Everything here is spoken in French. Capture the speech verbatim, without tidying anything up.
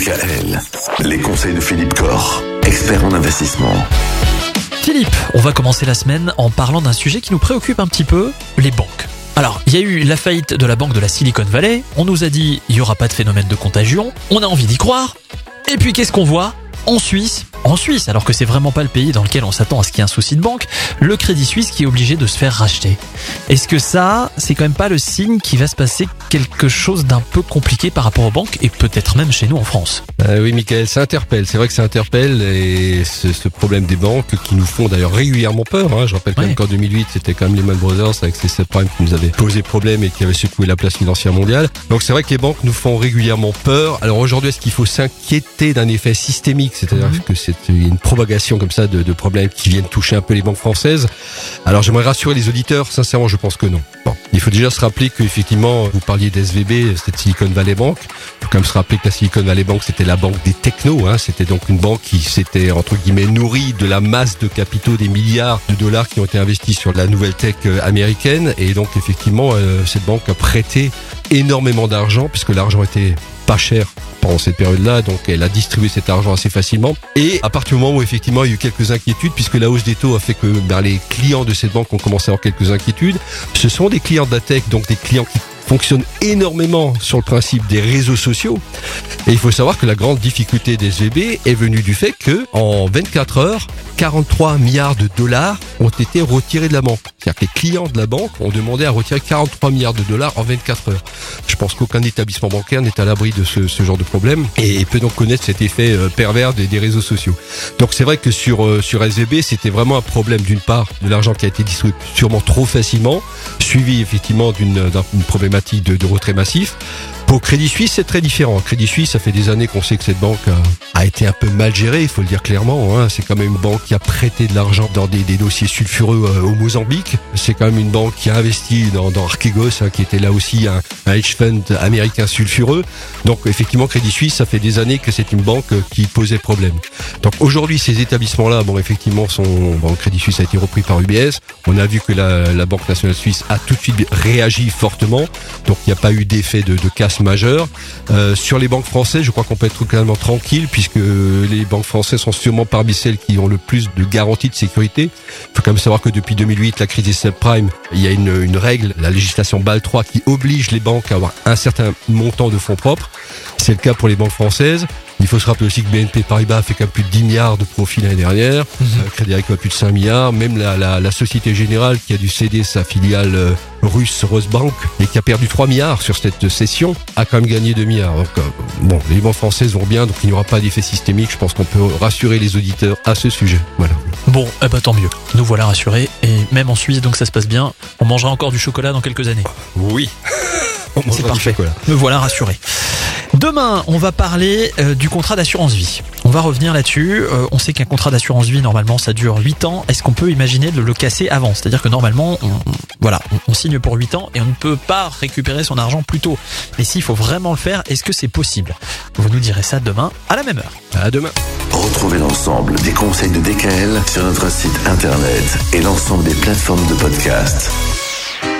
K L, les conseils de Philippe Corr, expert en investissement. Philippe, on va commencer la semaine en parlant d'un sujet qui nous préoccupe un petit peu, les banques. Alors, il y a eu la faillite de la banque de la Silicon Valley, on nous a dit il n'y aura pas de phénomène de contagion, on a envie d'y croire, et puis qu'est-ce qu'on voit ? En Suisse, en Suisse, alors que c'est vraiment pas le pays dans lequel on s'attend à ce qu'il y ait un souci de banque, le Crédit Suisse qui est obligé de se faire racheter. Est-ce que ça, c'est quand même pas le signe qu'il va se passer quelque chose d'un peu compliqué par rapport aux banques et peut-être même chez nous en France ? euh, Oui, Mickaël, ça interpelle. C'est vrai que ça interpelle et ce, ce problème des banques qui nous font d'ailleurs régulièrement peur. Hein. Je rappelle quand ouais. même qu'en deux mille huit, c'était quand même Lehman Brothers avec ses subprimes qui nous avaient posé problème et qui avait secoué la place financière mondiale. Donc c'est vrai que les banques nous font régulièrement peur. Alors aujourd'hui, est-ce qu'il faut s'inquiéter d'un effet systémique ? C'est-à-dire mmh. que c'est une propagation comme ça de, de problèmes qui viennent toucher un peu les banques françaises. Alors j'aimerais rassurer les auditeurs, sincèrement je pense que non. Bon, il faut déjà se rappeler qu'effectivement, vous parliez d'S V B, cette Silicon Valley Bank. Il faut quand même se rappeler que la Silicon Valley Bank, c'était la banque des technos. Hein. C'était donc une banque qui s'était, entre guillemets, nourrie de la masse de capitaux, des milliards de dollars qui ont été investis sur la nouvelle tech américaine. Et donc effectivement, euh, cette banque a prêté énormément d'argent, puisque l'argent était pas cher pendant cette période-là, donc elle a distribué cet argent assez facilement. Et à partir du moment où effectivement il y a eu quelques inquiétudes, puisque la hausse des taux a fait que ben, les clients de cette banque ont commencé à avoir quelques inquiétudes, ce sont des clients de la tech, donc des clients qui fonctionnent énormément sur le principe des réseaux sociaux. Et il faut savoir que la grande difficulté des S V B est venue du fait que en vingt-quatre heures, quarante-trois milliards de dollars ont été retirés de la banque. C'est-à-dire que les clients de la banque ont demandé à retirer quarante-trois milliards de dollars en vingt-quatre heures. Je pense qu'aucun établissement bancaire n'est à l'abri de ce, ce genre de problème et peut donc connaître cet effet euh, pervers des, des réseaux sociaux. Donc c'est vrai que sur euh, sur S V B, c'était vraiment un problème d'une part de l'argent qui a été distribué sûrement trop facilement, suivi effectivement d'une, d'une problématique de, de retrait massif. Pour Crédit Suisse, c'est très différent. Crédit Suisse, ça fait des années qu'on sait que cette banque a, a été un peu mal gérée, il faut le dire clairement. Hein. C'est quand même une banque qui a prêté de l'argent dans des, des dossiers sulfureux euh, au Mozambique. C'est quand même une banque qui a investi dans, dans Archegos, hein, qui était là aussi un, un hedge fund américain sulfureux. Donc effectivement, Crédit Suisse, ça fait des années que c'est une banque qui posait problème. Donc aujourd'hui, ces établissements-là, bon, effectivement, sont, bon, Crédit Suisse a été repris par U B S. On a vu que la, la Banque nationale suisse a tout de suite réagi fortement. Donc il n'y a pas eu d'effet de, de casse majeur. Euh, sur les banques françaises, je crois qu'on peut être totalement tranquille puisque les banques françaises sont sûrement parmi celles qui ont le plus de garanties de sécurité. Il faut quand même savoir que depuis deux mille huit, la crise des subprimes, il y a une, une règle, la législation B A L trois, qui oblige les banques à avoir un certain montant de fonds propres. C'est le cas pour les banques françaises. Il faut se rappeler aussi que B N P Paribas a fait quand même plus de dix milliards de profits l'année dernière. Mmh. Euh, Crédit Agricole a plus de cinq milliards. Même la, la, la Société Générale qui a dû céder sa filiale euh, russe Rosbank et qui a perdu trois milliards sur cette cession a quand même gagné deux milliards. Donc, euh, bon, les banques françaises vont bien, donc il n'y aura pas d'effet systémique. Je pense qu'on peut rassurer les auditeurs à ce sujet. Voilà. Bon, eh ben, tant mieux. Nous voilà rassurés. Et même en Suisse, donc ça se passe bien. On mangera encore du chocolat dans quelques années. Oui. On C'est parfait. Me voilà rassuré. Demain, on va parler euh, du contrat d'assurance vie. On va revenir là-dessus. Euh, on sait qu'un contrat d'assurance vie, normalement, ça dure huit ans. Est-ce qu'on peut imaginer de le casser avant ? C'est-à-dire que normalement, on, on, voilà, on, on signe pour huit ans et on ne peut pas récupérer son argent plus tôt. Mais s'il faut vraiment le faire, est-ce que c'est possible ? Vous nous direz ça demain à la même heure. À demain. Retrouvez l'ensemble des conseils de D K L sur notre site internet et l'ensemble des plateformes de podcast.